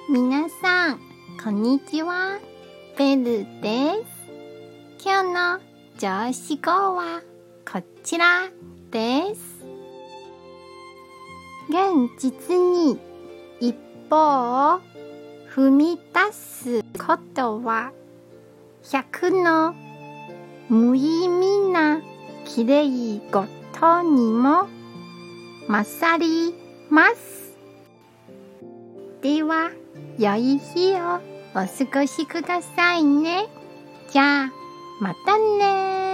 皆さん、こんにちは。ベルです。今日の上司語はこちらです。現実に一歩を踏み出すことは100の無意味なきれい事にも勝ります。では、良い日をお過ごしくださいね。じゃあ、またね。